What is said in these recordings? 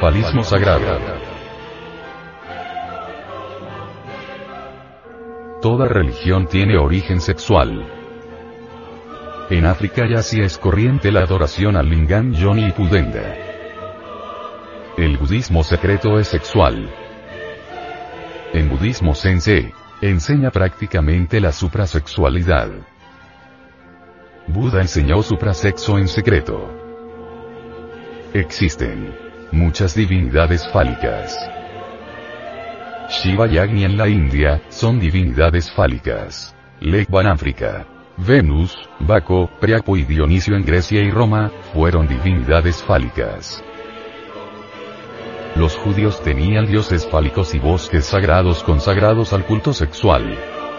Falismo sagrado. Toda religión tiene origen sexual. En África ya sí es corriente la adoración al lingam, yoni y pudenda. El budismo secreto es sexual. En budismo sensei, enseña prácticamente la suprasexualidad. Buda enseñó suprasexo en secreto. Existen muchas divinidades fálicas. Shiva y Agni en la India, son divinidades fálicas. Legba en África. Venus, Baco, Priapo y Dionisio en Grecia y Roma, fueron divinidades fálicas. Los judíos tenían dioses fálicos y bosques sagrados consagrados al culto sexual.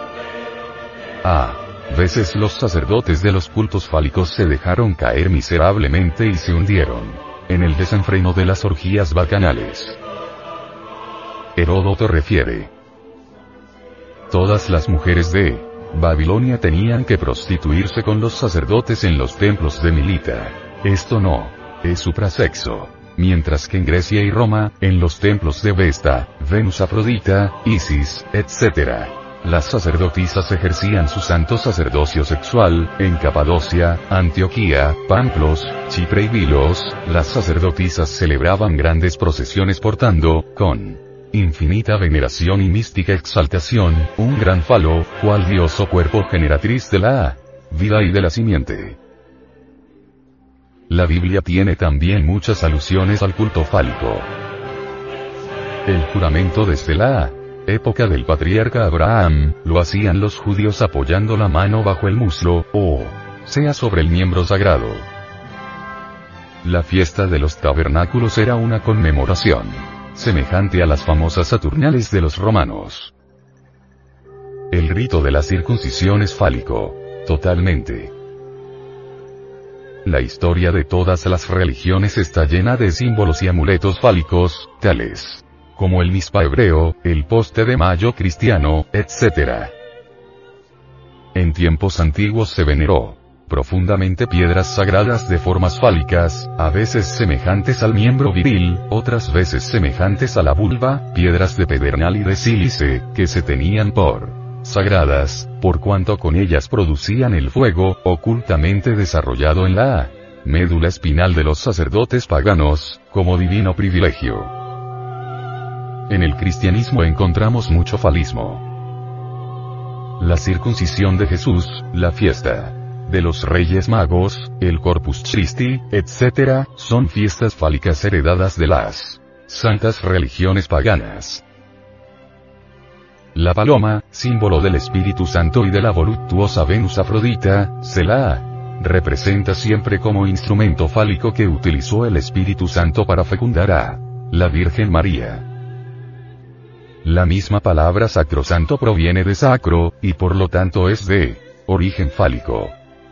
A veces los sacerdotes de los cultos fálicos se dejaron caer miserablemente y se hundieron en el desenfreno de las orgías bacanales. Heródoto refiere: todas las mujeres de Babilonia tenían que prostituirse con los sacerdotes en los templos de Milita. Esto no es suprasexo. Mientras que en Grecia y Roma, en los templos de Vesta, Venus Afrodita, Isis, etc., las sacerdotisas ejercían su santo sacerdocio sexual. En Capadocia, Antioquía, Pamplos, Chipre y Vilos, las sacerdotisas celebraban grandes procesiones portando, con infinita veneración y mística exaltación, un gran falo, cual dios o cuerpo generatriz de la vida y de la simiente. La Biblia tiene también muchas alusiones al culto fálico. El juramento desde la época del patriarca Abraham, lo hacían los judíos apoyando la mano bajo el muslo, o sea sobre el miembro sagrado. La fiesta de los tabernáculos era una conmemoración semejante a las famosas Saturnales de los romanos. El rito de la circuncisión es fálico, totalmente. La historia de todas las religiones está llena de símbolos y amuletos fálicos, tales como el mispa hebreo, el poste de mayo cristiano, etc. En tiempos antiguos se veneró profundamente piedras sagradas de formas fálicas, a veces semejantes al miembro viril, otras veces semejantes a la vulva, piedras de pedernal y de sílice, que se tenían por sagradas, por cuanto con ellas producían el fuego, ocultamente desarrollado en la médula espinal de los sacerdotes paganos, como divino privilegio. En el cristianismo encontramos mucho falismo. La circuncisión de Jesús, la fiesta de los Reyes Magos, el Corpus Christi, etc., son fiestas fálicas heredadas de las santas religiones paganas. La paloma, símbolo del Espíritu Santo y de la voluptuosa Venus Afrodita, se la representa siempre como instrumento fálico que utilizó el Espíritu Santo para fecundar a la Virgen María. La misma palabra sacrosanto proviene de sacro, y por lo tanto es de origen fálico.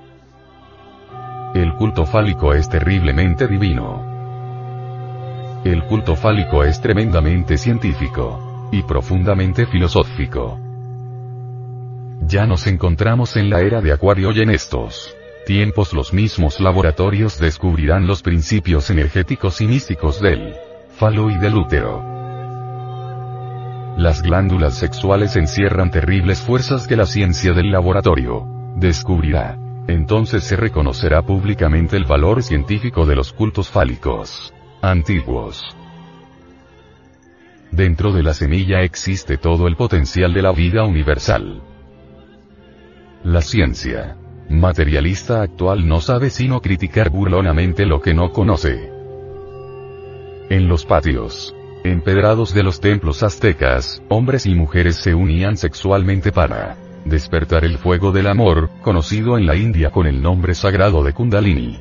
El culto fálico es terriblemente divino. El culto fálico es tremendamente científico y profundamente filosófico. Ya nos encontramos en la era de Acuario y en estos tiempos los mismos laboratorios descubrirán los principios energéticos y místicos del falo y del útero. Las glándulas sexuales encierran terribles fuerzas que la ciencia del laboratorio descubrirá. Entonces se reconocerá públicamente el valor científico de los cultos fálicos antiguos. Dentro de la semilla existe todo el potencial de la vida universal. La ciencia materialista actual no sabe sino criticar burlonamente lo que no conoce. En los patios empedrados de los templos aztecas, hombres y mujeres se unían sexualmente para despertar el fuego del amor, conocido en la India con el nombre sagrado de Kundalini.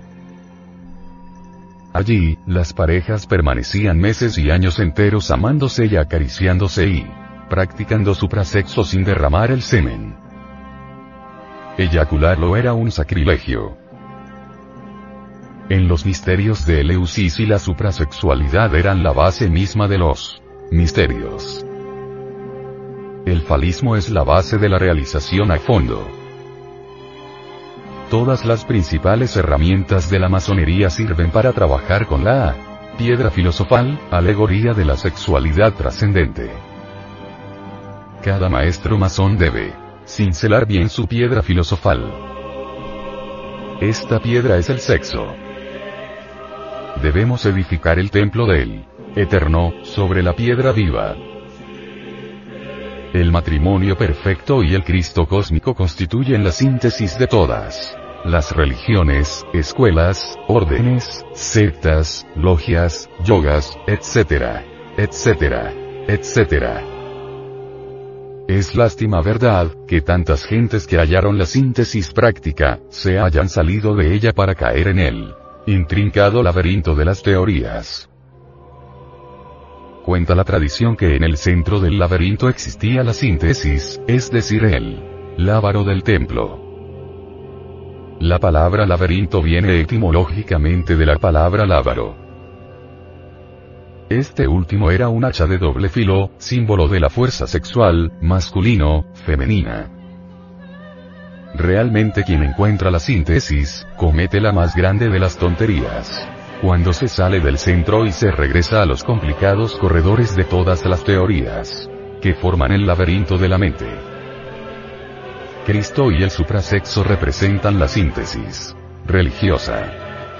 Allí, las parejas permanecían meses y años enteros amándose y acariciándose y practicando suprasexo sin derramar el semen. Eyacularlo era un sacrilegio. En los misterios de Eleusis y la suprasexualidad eran la base misma de los misterios. El falismo es la base de la realización a fondo. Todas las principales herramientas de la masonería sirven para trabajar con la Piedra filosofal, alegoría de la sexualidad trascendente. Cada maestro masón debe cincelar bien su piedra filosofal. Esta piedra es el sexo. Debemos edificar el templo del Eterno sobre la piedra viva. El matrimonio perfecto y el Cristo cósmico constituyen la síntesis de todas las religiones, escuelas, órdenes, sectas, logias, yogas, etc., etc., etc. Es lástima, verdad, que tantas gentes que hallaron la síntesis práctica, se hayan salido de ella para caer en el intrincado laberinto de las teorías. Cuenta la tradición que en el centro del laberinto existía la síntesis, es decir, el lábaro del templo. La palabra laberinto viene etimológicamente de la palabra lábaro. Este último era un hacha de doble filo, símbolo de la fuerza sexual, masculino, femenina. Realmente quien encuentra la síntesis, comete la más grande de las tonterías. Cuando se sale del centro y se regresa a los complicados corredores de todas las teorías que forman el laberinto de la mente. Cristo y el suprasexo representan la síntesis religiosa.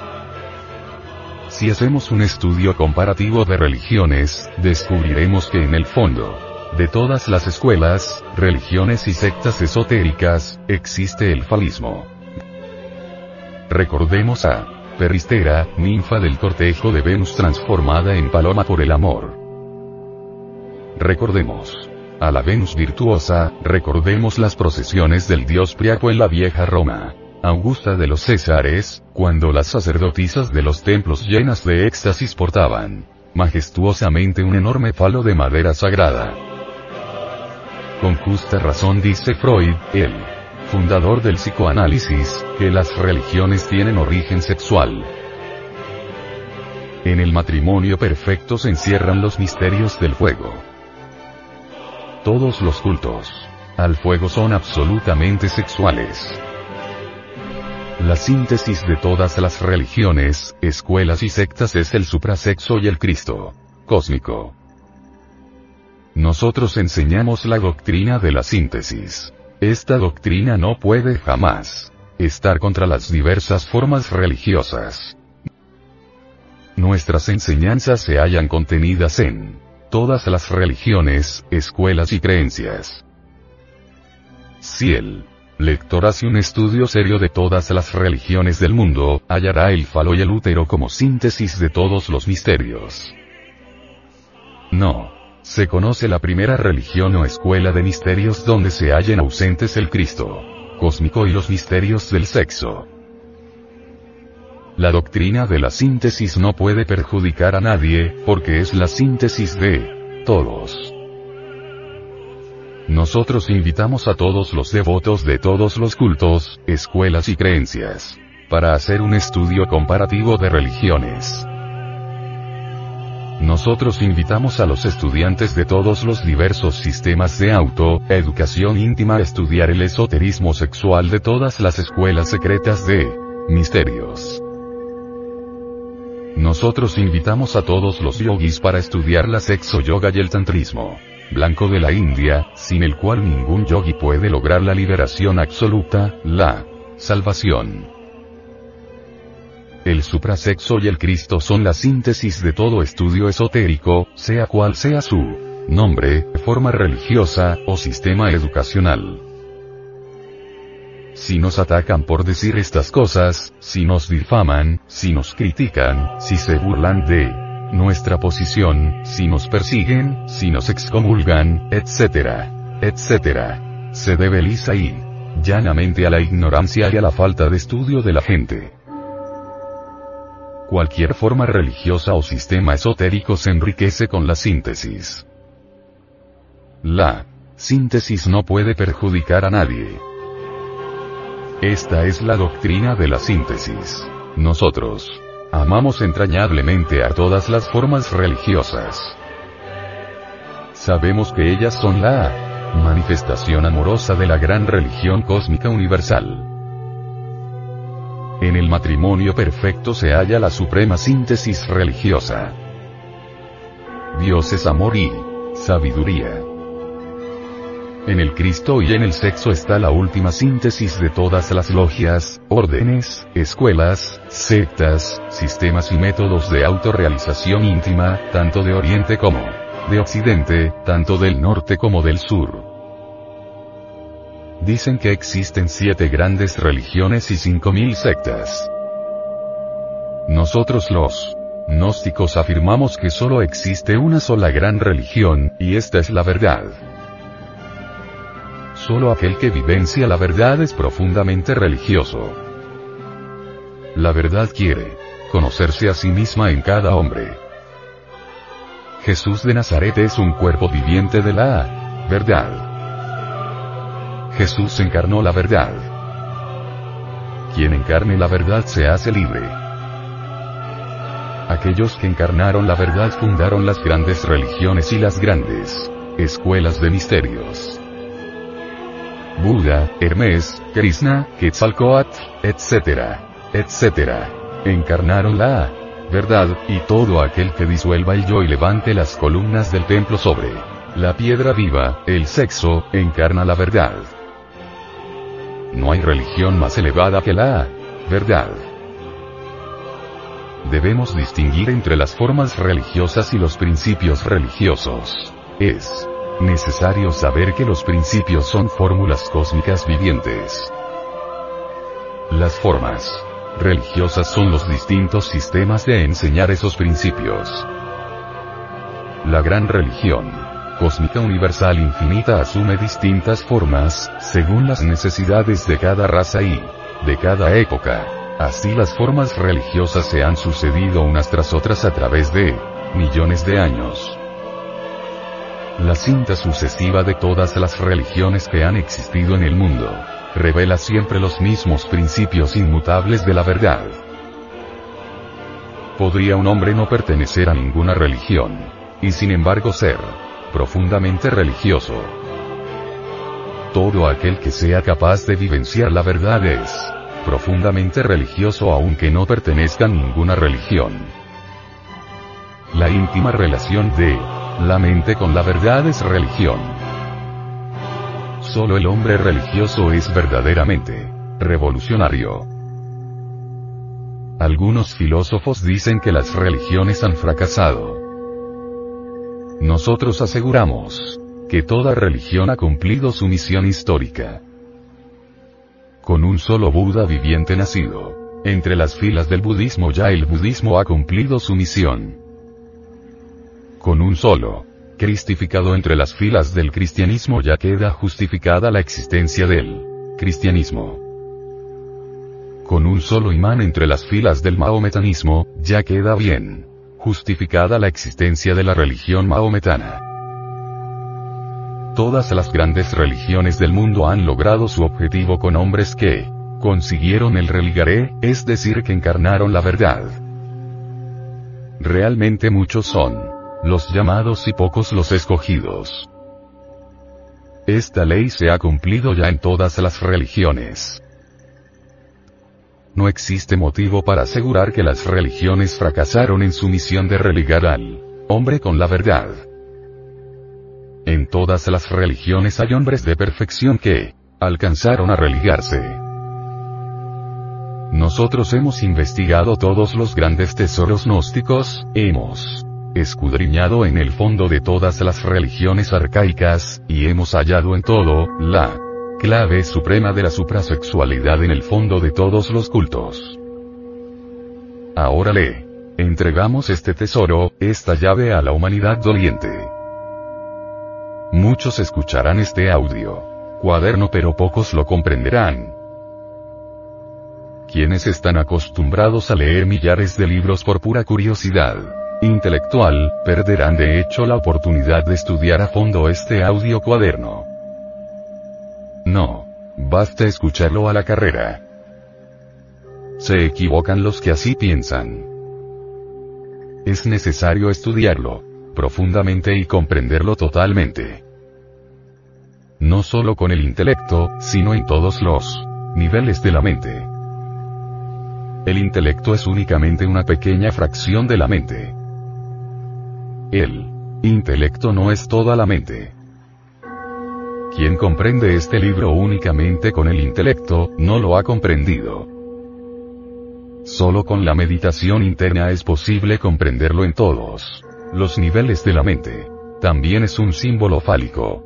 Si hacemos un estudio comparativo de religiones, descubriremos que en el fondo de todas las escuelas, religiones y sectas esotéricas, existe el falismo. Recordemos a Peristera, ninfa del cortejo de Venus transformada en paloma por el amor. Recordemos a la Venus virtuosa, recordemos las procesiones del dios Priapo en la vieja Roma. Augusta de los Césares, cuando las sacerdotisas de los templos llenas de éxtasis portaban majestuosamente un enorme falo de madera sagrada. Con justa razón dice Freud, el fundador del psicoanálisis, que las religiones tienen origen sexual. En el matrimonio perfecto se encierran los misterios del fuego. Todos los cultos al fuego son absolutamente sexuales. La síntesis de todas las religiones, escuelas y sectas es el suprasexo y el Cristo cósmico. Nosotros enseñamos la doctrina de la síntesis. Esta doctrina no puede jamás estar contra las diversas formas religiosas. Nuestras enseñanzas se hallan contenidas en todas las religiones, escuelas y creencias. Si el lector hace un estudio serio de todas las religiones del mundo, hallará el falo y el útero como síntesis de todos los misterios. No se conoce la primera religión o escuela de misterios donde se hallen ausentes el Cristo cósmico y los misterios del sexo. La doctrina de la síntesis no puede perjudicar a nadie, porque es la síntesis de todos. Nosotros invitamos a todos los devotos de todos los cultos, escuelas y creencias, para hacer un estudio comparativo de religiones. Nosotros invitamos a los estudiantes de todos los diversos sistemas de educación íntima a estudiar el esoterismo sexual de todas las escuelas secretas de misterios. Nosotros invitamos a todos los yogis para estudiar la sexo yoga y el tantrismo blanco de la India, sin el cual ningún yogi puede lograr la liberación absoluta, la salvación. El suprasexo y el Cristo son la síntesis de todo estudio esotérico, sea cual sea su nombre, forma religiosa, o sistema educacional. Si nos atacan por decir estas cosas, si nos difaman, si nos critican, si se burlan de nuestra posición, si nos persiguen, si nos excomulgan, etcétera, etcétera, se debe lisa y llanamente a la ignorancia y a la falta de estudio de la gente. Cualquier forma religiosa o sistema esotérico se enriquece con la síntesis. La síntesis no puede perjudicar a nadie. Esta es la doctrina de la síntesis. Nosotros amamos entrañablemente a todas las formas religiosas. Sabemos que ellas son la manifestación amorosa de la gran religión cósmica universal. En el matrimonio perfecto se halla la suprema síntesis religiosa. Dios es amor y sabiduría. En el Cristo y en el sexo está la última síntesis de todas las logias, órdenes, escuelas, sectas, sistemas y métodos de autorrealización íntima, tanto de Oriente como de Occidente, tanto del norte como del sur. Dicen que existen 7 grandes religiones y 5000 sectas. Nosotros los gnósticos afirmamos que solo existe una sola gran religión, y esta es la verdad. Solo aquel que vivencia la verdad es profundamente religioso. La verdad quiere conocerse a sí misma en cada hombre. Jesús de Nazaret es un cuerpo viviente de la verdad. Jesús encarnó la verdad. Quien encarne la verdad se hace libre. Aquellos que encarnaron la verdad fundaron las grandes religiones y las grandes escuelas de misterios. Buda, Hermes, Krishna, Quetzalcóatl, etc. Encarnaron la verdad, y todo aquel que disuelva el yo y levante las columnas del templo sobre la piedra viva, el sexo, encarna la verdad. No hay religión más elevada que la verdad. Debemos distinguir entre las formas religiosas y los principios religiosos. Es necesario saber que los principios son fórmulas cósmicas vivientes. Las formas religiosas son los distintos sistemas de enseñar esos principios. La gran religión cósmica universal infinita asume distintas formas, según las necesidades de cada raza y de cada época. Así las formas religiosas se han sucedido unas tras otras a través de millones de años. La cinta sucesiva de todas las religiones que han existido en el mundo revela siempre los mismos principios inmutables de la verdad. Podría un hombre no pertenecer a ninguna religión, y sin embargo ser profundamente religioso. Todo aquel que sea capaz de vivenciar la verdad es profundamente religioso aunque no pertenezca a ninguna religión. La íntima relación de la mente con la verdad es religión. Solo el hombre religioso es verdaderamente revolucionario. Algunos filósofos dicen que las religiones han fracasado. Nosotros aseguramos que toda religión ha cumplido su misión histórica. Con un solo Buda viviente nacido entre las filas del budismo, ya el budismo ha cumplido su misión. Con un solo cristificado entre las filas del cristianismo ya queda justificada la existencia del cristianismo. Con un solo imán entre las filas del maometanismo, ya queda bien justificada la existencia de la religión maometana. Todas las grandes religiones del mundo han logrado su objetivo con hombres que consiguieron el religaré, es decir, que encarnaron la verdad. Realmente muchos son los llamados y pocos los escogidos. Esta ley se ha cumplido ya en todas las religiones. No existe motivo para asegurar que las religiones fracasaron en su misión de religar al hombre con la verdad. En todas las religiones hay hombres de perfección que alcanzaron a religarse. Nosotros hemos investigado todos los grandes tesoros gnósticos, hemos escudriñado en el fondo de todas las religiones arcaicas, y hemos hallado en todo la clave suprema de la suprasexualidad en el fondo de todos los cultos. Ahora le entregamos este tesoro, esta llave a la humanidad doliente. Muchos escucharán este audio cuaderno pero pocos lo comprenderán. Quienes están acostumbrados a leer millares de libros por pura curiosidad intelectual, perderán de hecho la oportunidad de estudiar a fondo este audio cuaderno. No basta escucharlo a la carrera. Se equivocan los que así piensan. Es necesario estudiarlo profundamente y comprenderlo totalmente. No solo con el intelecto, sino en todos los niveles de la mente. El intelecto es únicamente una pequeña fracción de la mente. El intelecto no es toda la mente. Quien comprende este libro únicamente con el intelecto, no lo ha comprendido. Solo con la meditación interna es posible comprenderlo en todos los niveles de la mente. También es un símbolo fálico.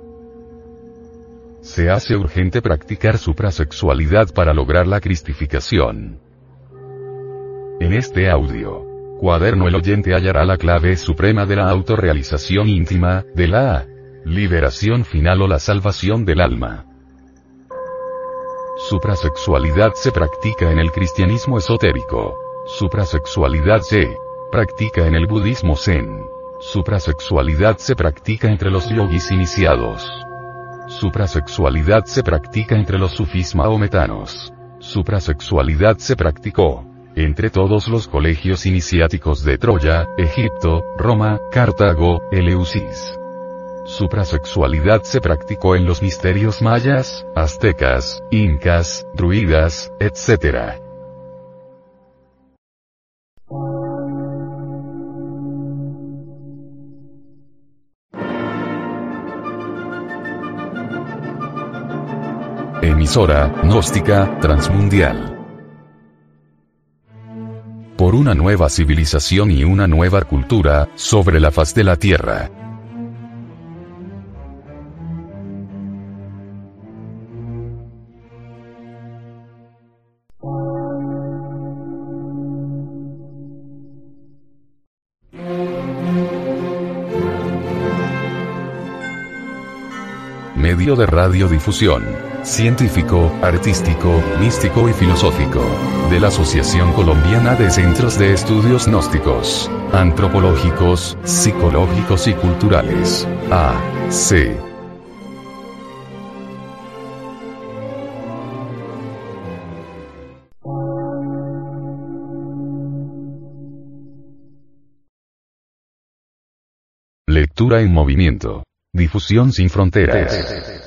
Se hace urgente practicar suprasexualidad para lograr la cristificación. En este audio cuaderno el oyente hallará la clave suprema de la autorrealización íntima, de la liberación final o la salvación del alma. Suprasexualidad se practica en el cristianismo esotérico. Suprasexualidad se practica en el budismo zen. Suprasexualidad se practica entre los yogis iniciados. Suprasexualidad se practica entre los sufís maometanos. Suprasexualidad se practicó entre todos los colegios iniciáticos de Troya, Egipto, Roma, Cartago, Eleusis. Suprasexualidad se practicó en los misterios mayas, aztecas, incas, druidas, etc. Emisora gnóstica transmundial. Por una nueva civilización y una nueva cultura sobre la faz de la Tierra. Medio de radiodifusión científico, artístico, místico y filosófico de la Asociación Colombiana de Centros de Estudios Gnósticos, Antropológicos, Psicológicos y Culturales, AC. Lectura en movimiento. Difusión sin fronteras.